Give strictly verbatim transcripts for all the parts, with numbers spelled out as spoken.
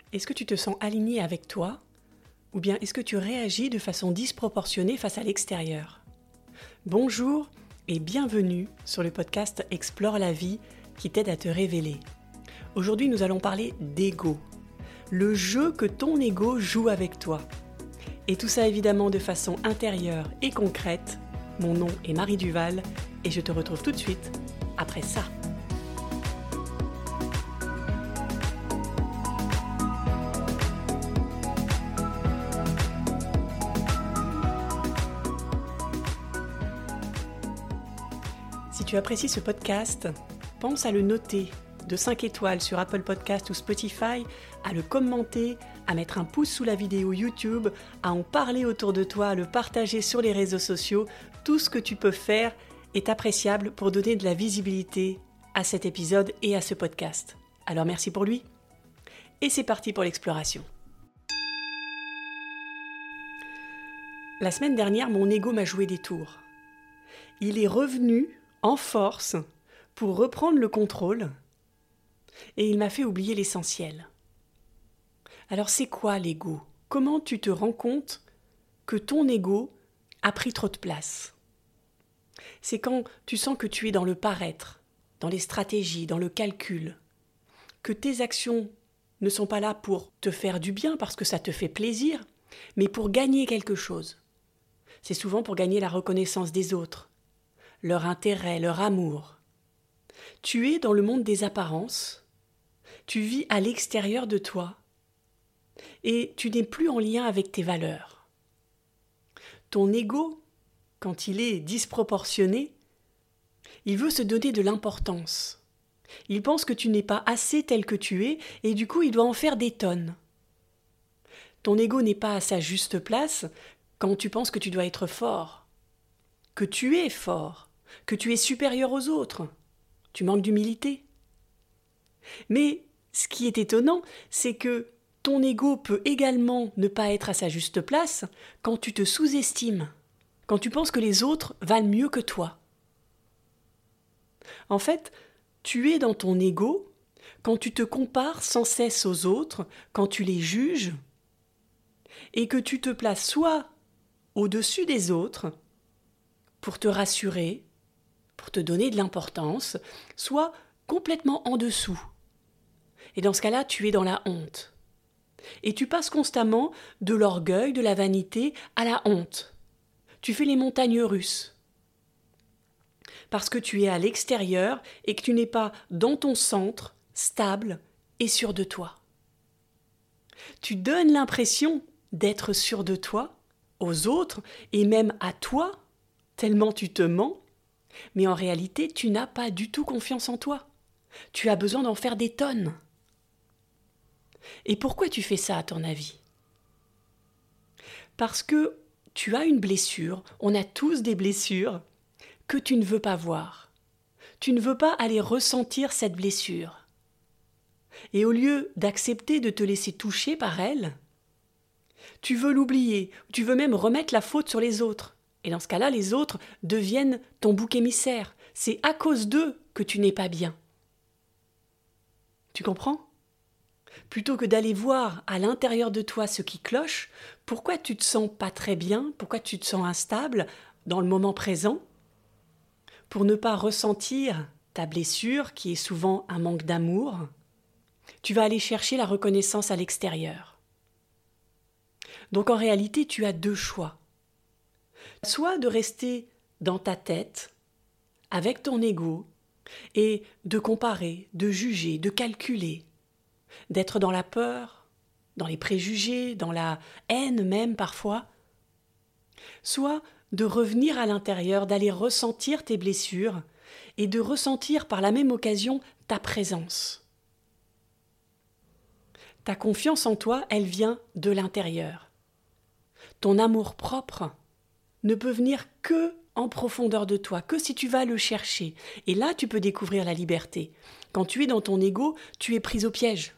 Est-ce que tu te sens aligné avec toi ou bien est-ce que tu réagis de façon disproportionnée face à l'extérieur ? Bonjour et bienvenue sur le podcast Explore la vie qui t'aide à te révéler. Aujourd'hui, nous allons parler d'ego, le jeu que ton ego joue avec toi. Et tout ça évidemment de façon intérieure et concrète. Mon nom est Marie Duval et je te retrouve tout de suite après ça. Si tu apprécies ce podcast, pense à le noter de cinq étoiles sur Apple Podcast ou Spotify, à le commenter, à mettre un pouce sous la vidéo YouTube, à en parler autour de toi, à le partager sur les réseaux sociaux. Tout ce que tu peux faire est appréciable pour donner de la visibilité à cet épisode et à ce podcast. Alors merci pour lui. Et c'est parti pour l'exploration. La semaine dernière, mon ego m'a joué des tours. Il est revenu en force pour reprendre le contrôle et il m'a fait oublier l'essentiel. Alors c'est quoi l'ego ? Comment tu te rends compte que ton ego a pris trop de place ? C'est quand tu sens que tu es dans le paraître, dans les stratégies, dans le calcul, que tes actions ne sont pas là pour te faire du bien parce que ça te fait plaisir, mais pour gagner quelque chose. C'est souvent pour gagner la reconnaissance des autres, leur intérêt, leur amour. Tu es dans le monde des apparences, tu vis à l'extérieur de toi et tu n'es plus en lien avec tes valeurs. Ton ego, quand il est disproportionné, il veut se donner de l'importance. Il pense que tu n'es pas assez tel que tu es et du coup il doit en faire des tonnes. Ton ego n'est pas à sa juste place quand tu penses que tu dois être fort, que tu es fort, que tu es supérieur aux autres. Tu manques d'humilité. Mais ce qui est étonnant, c'est que ton ego peut également ne pas être à sa juste place quand tu te sous-estimes, quand tu penses que les autres valent mieux que toi. En fait, tu es dans ton ego quand tu te compares sans cesse aux autres, quand tu les juges, et que tu te places soit au-dessus des autres pour te rassurer, pour te donner de l'importance, soit complètement en dessous. Et dans ce cas-là, tu es dans la honte. Et tu passes constamment de l'orgueil, de la vanité, à la honte. Tu fais les montagnes russes. Parce que tu es à l'extérieur et que tu n'es pas dans ton centre, stable et sûr de toi. Tu donnes l'impression d'être sûr de toi, aux autres et même à toi, tellement tu te mens. Mais en réalité, tu n'as pas du tout confiance en toi. Tu as besoin d'en faire des tonnes. Et pourquoi tu fais ça, à ton avis ? Parce que tu as une blessure, on a tous des blessures, que tu ne veux pas voir. Tu ne veux pas aller ressentir cette blessure. Et au lieu d'accepter de te laisser toucher par elle, tu veux l'oublier, tu veux même remettre la faute sur les autres. Et dans ce cas-là, les autres deviennent ton bouc émissaire. C'est à cause d'eux que tu n'es pas bien. Tu comprends ? Plutôt que d'aller voir à l'intérieur de toi ce qui cloche, pourquoi tu te sens pas très bien, pourquoi tu te sens instable dans le moment présent, pour ne pas ressentir ta blessure qui est souvent un manque d'amour, tu vas aller chercher la reconnaissance à l'extérieur. Donc en réalité, tu as deux choix. Soit de rester dans ta tête, avec ton ego, et de comparer, de juger, de calculer, d'être dans la peur, dans les préjugés, dans la haine même parfois. Soit de revenir à l'intérieur, d'aller ressentir tes blessures et de ressentir par la même occasion ta présence. Ta confiance en toi, elle vient de l'intérieur. Ton amour-propre ne peut venir que en profondeur de toi, que si tu vas le chercher. Et là, tu peux découvrir la liberté. Quand tu es dans ton ego, tu es prise au piège.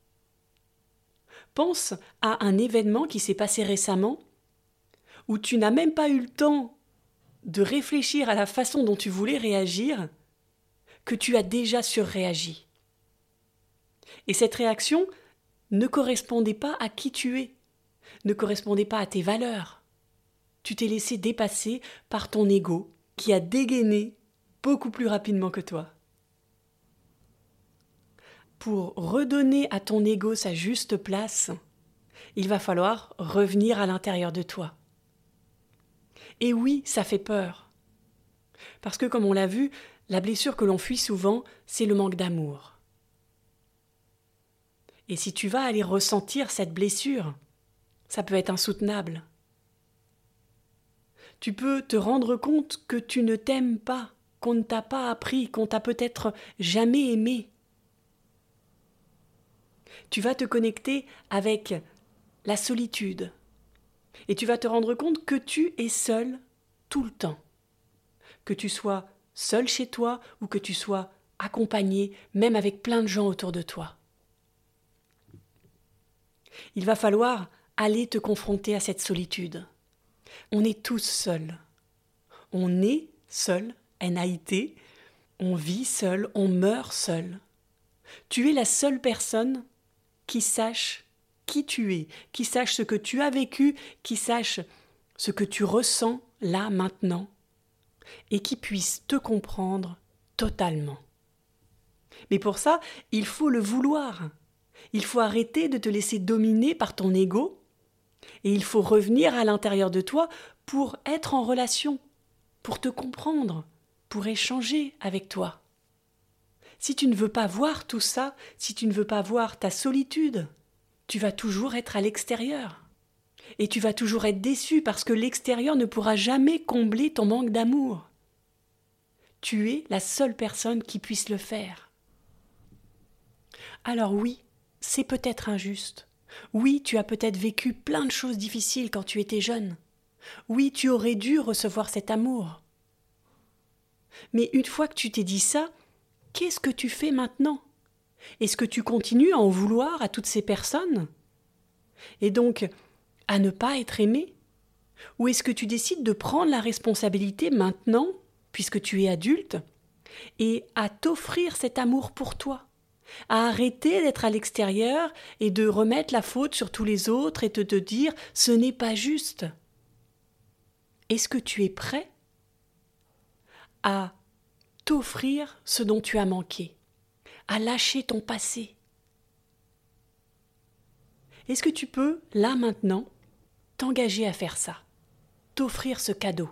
Pense à un événement qui s'est passé récemment où tu n'as même pas eu le temps de réfléchir à la façon dont tu voulais réagir, que tu as déjà surréagi. Et cette réaction ne correspondait pas à qui tu es, ne correspondait pas à tes valeurs. Tu t'es laissé dépasser par ton ego qui a dégainé beaucoup plus rapidement que toi. Pour redonner à ton ego sa juste place, il va falloir revenir à l'intérieur de toi. Et oui, ça fait peur. Parce que, comme on l'a vu, la blessure que l'on fuit souvent, c'est le manque d'amour. Et si tu vas aller ressentir cette blessure, ça peut être insoutenable. Tu peux te rendre compte que tu ne t'aimes pas, qu'on ne t'a pas appris, qu'on t'a peut-être jamais aimé. Tu vas te connecter avec la solitude. Et tu vas te rendre compte que tu es seul tout le temps. Que tu sois seul chez toi ou que tu sois accompagné, même avec plein de gens autour de toi. Il va falloir aller te confronter à cette solitude. On est tous seuls. On est seul, N A I T, on vit seul, on meurt seul. Tu es la seule personne qui sache qui tu es, qui sache ce que tu as vécu, qui sache ce que tu ressens là, maintenant, et qui puisse te comprendre totalement. Mais pour ça, il faut le vouloir. Il faut arrêter de te laisser dominer par ton ego, et il faut revenir à l'intérieur de toi pour être en relation, pour te comprendre, pour échanger avec toi. Si tu ne veux pas voir tout ça, si tu ne veux pas voir ta solitude, tu vas toujours être à l'extérieur. Et tu vas toujours être déçu parce que l'extérieur ne pourra jamais combler ton manque d'amour. Tu es la seule personne qui puisse le faire. Alors oui, c'est peut-être injuste. Oui, tu as peut-être vécu plein de choses difficiles quand tu étais jeune. Oui, tu aurais dû recevoir cet amour. Mais une fois que tu t'es dit ça, qu'est-ce que tu fais maintenant ? Est-ce que tu continues à en vouloir à toutes ces personnes ? Et donc, à ne pas être aimé ? Ou est-ce que tu décides de prendre la responsabilité maintenant, puisque tu es adulte, et à t'offrir cet amour pour toi ? À arrêter d'être à l'extérieur et de remettre la faute sur tous les autres et de te dire « ce n'est pas juste ». Est-ce que tu es prêt à t'offrir ce dont tu as manqué, à lâcher ton passé? Est-ce que tu peux, là maintenant, t'engager à faire ça, t'offrir ce cadeau?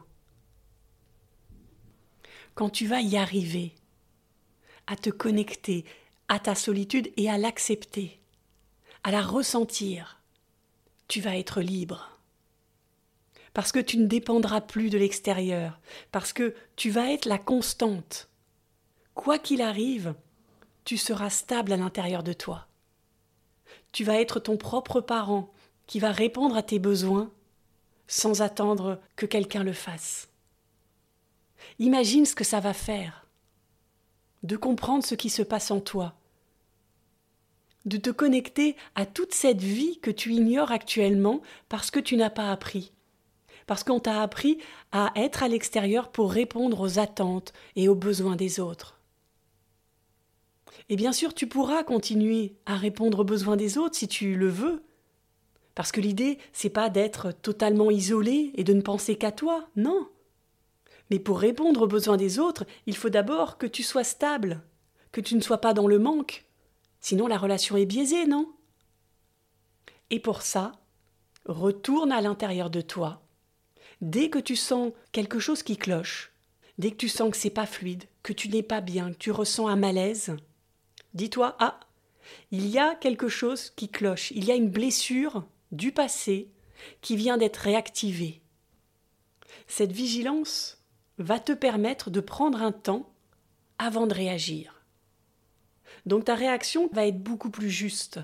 Quand tu vas y arriver, à te connecter à ta solitude et à l'accepter, à la ressentir, tu vas être libre. Parce que tu ne dépendras plus de l'extérieur, parce que tu vas être la constante. Quoi qu'il arrive, tu seras stable à l'intérieur de toi. Tu vas être ton propre parent qui va répondre à tes besoins sans attendre que quelqu'un le fasse. Imagine ce que ça va faire, de comprendre ce qui se passe en toi, de te connecter à toute cette vie que tu ignores actuellement parce que tu n'as pas appris. Parce qu'on t'a appris à être à l'extérieur pour répondre aux attentes et aux besoins des autres. Et bien sûr, tu pourras continuer à répondre aux besoins des autres si tu le veux. Parce que l'idée, c'est pas d'être totalement isolé et de ne penser qu'à toi, non. Mais pour répondre aux besoins des autres, il faut d'abord que tu sois stable, que tu ne sois pas dans le manque. Sinon, la relation est biaisée, non ? Et pour ça, retourne à l'intérieur de toi. Dès que tu sens quelque chose qui cloche, dès que tu sens que c'est pas fluide, que tu n'es pas bien, que tu ressens un malaise, dis-toi, ah, il y a quelque chose qui cloche, il y a une blessure du passé qui vient d'être réactivée. Cette vigilance va te permettre de prendre un temps avant de réagir. Donc ta réaction va être beaucoup plus juste.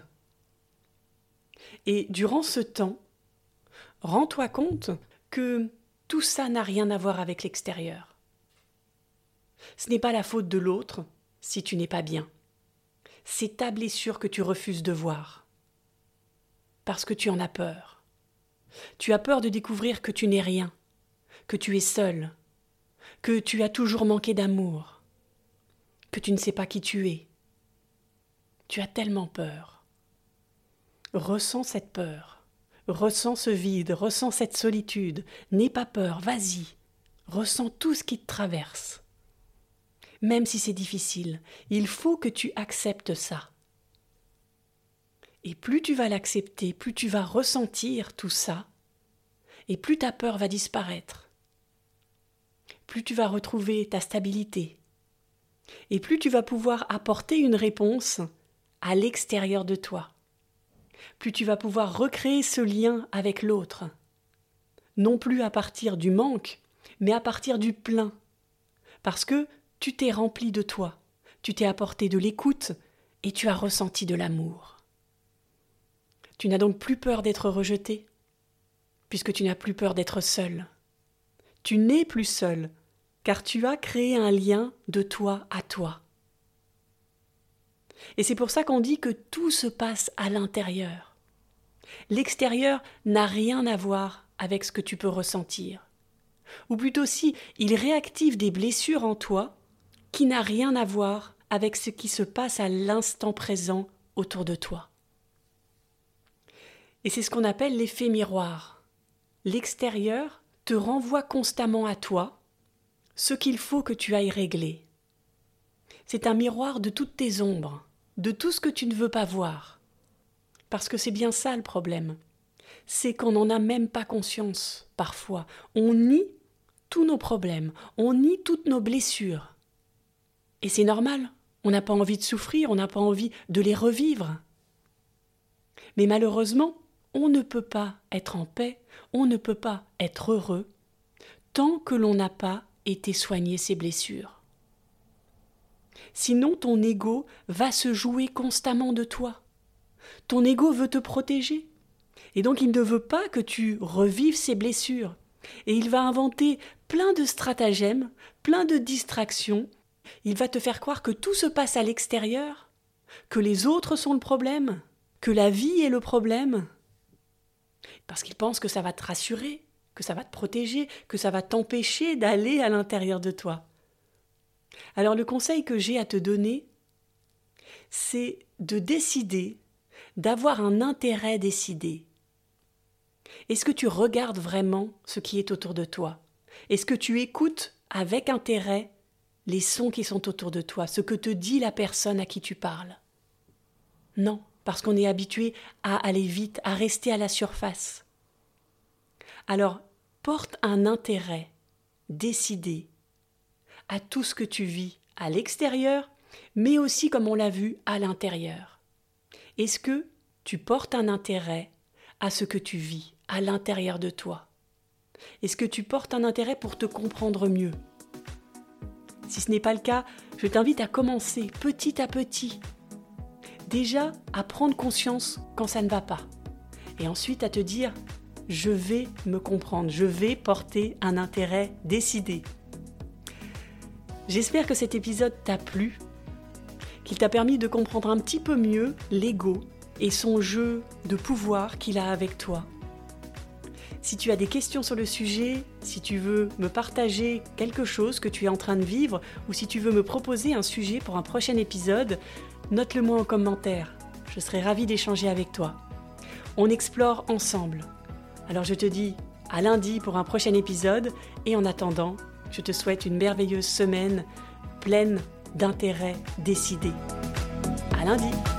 Et durant ce temps, rends-toi compte que tout ça n'a rien à voir avec l'extérieur. Ce n'est pas la faute de l'autre si tu n'es pas bien. C'est ta blessure que tu refuses de voir. Parce que tu en as peur. Tu as peur de découvrir que tu n'es rien, que tu es seul, que tu as toujours manqué d'amour, que tu ne sais pas qui tu es. Tu as tellement peur. Ressens cette peur, ressens ce vide, ressens cette solitude. N'aie pas peur, vas-y, ressens tout ce qui te traverse. Même si c'est difficile, il faut que tu acceptes ça. Et plus tu vas l'accepter, plus tu vas ressentir tout ça, et plus ta peur va disparaître. Plus tu vas retrouver ta stabilité, et plus tu vas pouvoir apporter une réponse à l'extérieur de toi. Plus tu vas pouvoir recréer ce lien avec l'autre, non plus à partir du manque, mais à partir du plein, parce que tu t'es rempli de toi, tu t'es apporté de l'écoute et tu as ressenti de l'amour. Tu n'as donc plus peur d'être rejeté, puisque tu n'as plus peur d'être seul. Tu n'es plus seul, car tu as créé un lien de toi à toi. Et c'est pour ça qu'on dit que tout se passe à l'intérieur. L'extérieur n'a rien à voir avec ce que tu peux ressentir. Ou plutôt si, il réactive des blessures en toi qui n'a rien à voir avec ce qui se passe à l'instant présent autour de toi. Et c'est ce qu'on appelle l'effet miroir. L'extérieur te renvoie constamment à toi ce qu'il faut que tu ailles régler. C'est un miroir de toutes tes ombres, de tout ce que tu ne veux pas voir. Parce que c'est bien ça le problème. C'est qu'on n'en a même pas conscience, parfois. On nie tous nos problèmes, on nie toutes nos blessures. Et c'est normal, on n'a pas envie de souffrir, on n'a pas envie de les revivre. Mais malheureusement, on ne peut pas être en paix, on ne peut pas être heureux, tant que l'on n'a pas été soigner ses blessures. Sinon, ton ego va se jouer constamment de toi. Ton ego veut te protéger. Et donc, il ne veut pas que tu revives ces blessures. Et il va inventer plein de stratagèmes, plein de distractions. Il va te faire croire que tout se passe à l'extérieur, que les autres sont le problème, que la vie est le problème. Parce qu'il pense que ça va te rassurer, que ça va te protéger, que ça va t'empêcher d'aller à l'intérieur de toi. Alors le conseil que j'ai à te donner, c'est de décider, d'avoir un intérêt décidé. Est-ce que tu regardes vraiment ce qui est autour de toi? Est-ce que tu écoutes avec intérêt les sons qui sont autour de toi, ce que te dit la personne à qui tu parles? Non, parce qu'on est habitué à aller vite, à rester à la surface. Alors, porte un intérêt décidé à tout ce que tu vis à l'extérieur, mais aussi, comme on l'a vu, à l'intérieur. Est-ce que tu portes un intérêt à ce que tu vis à l'intérieur de toi? Est-ce que tu portes un intérêt pour te comprendre mieux? Si ce n'est pas le cas, je t'invite à commencer petit à petit. Déjà, à prendre conscience quand ça ne va pas. Et ensuite à te dire, je vais me comprendre, je vais porter un intérêt décidé. J'espère que cet épisode t'a plu, qu'il t'a permis de comprendre un petit peu mieux l'ego et son jeu de pouvoir qu'il a avec toi. Si tu as des questions sur le sujet, si tu veux me partager quelque chose que tu es en train de vivre ou si tu veux me proposer un sujet pour un prochain épisode, note-le moi en commentaire. Je serai ravie d'échanger avec toi. On explore ensemble. Alors je te dis à lundi pour un prochain épisode et en attendant, je te souhaite une merveilleuse semaine pleine d'intérêts décidés. À lundi!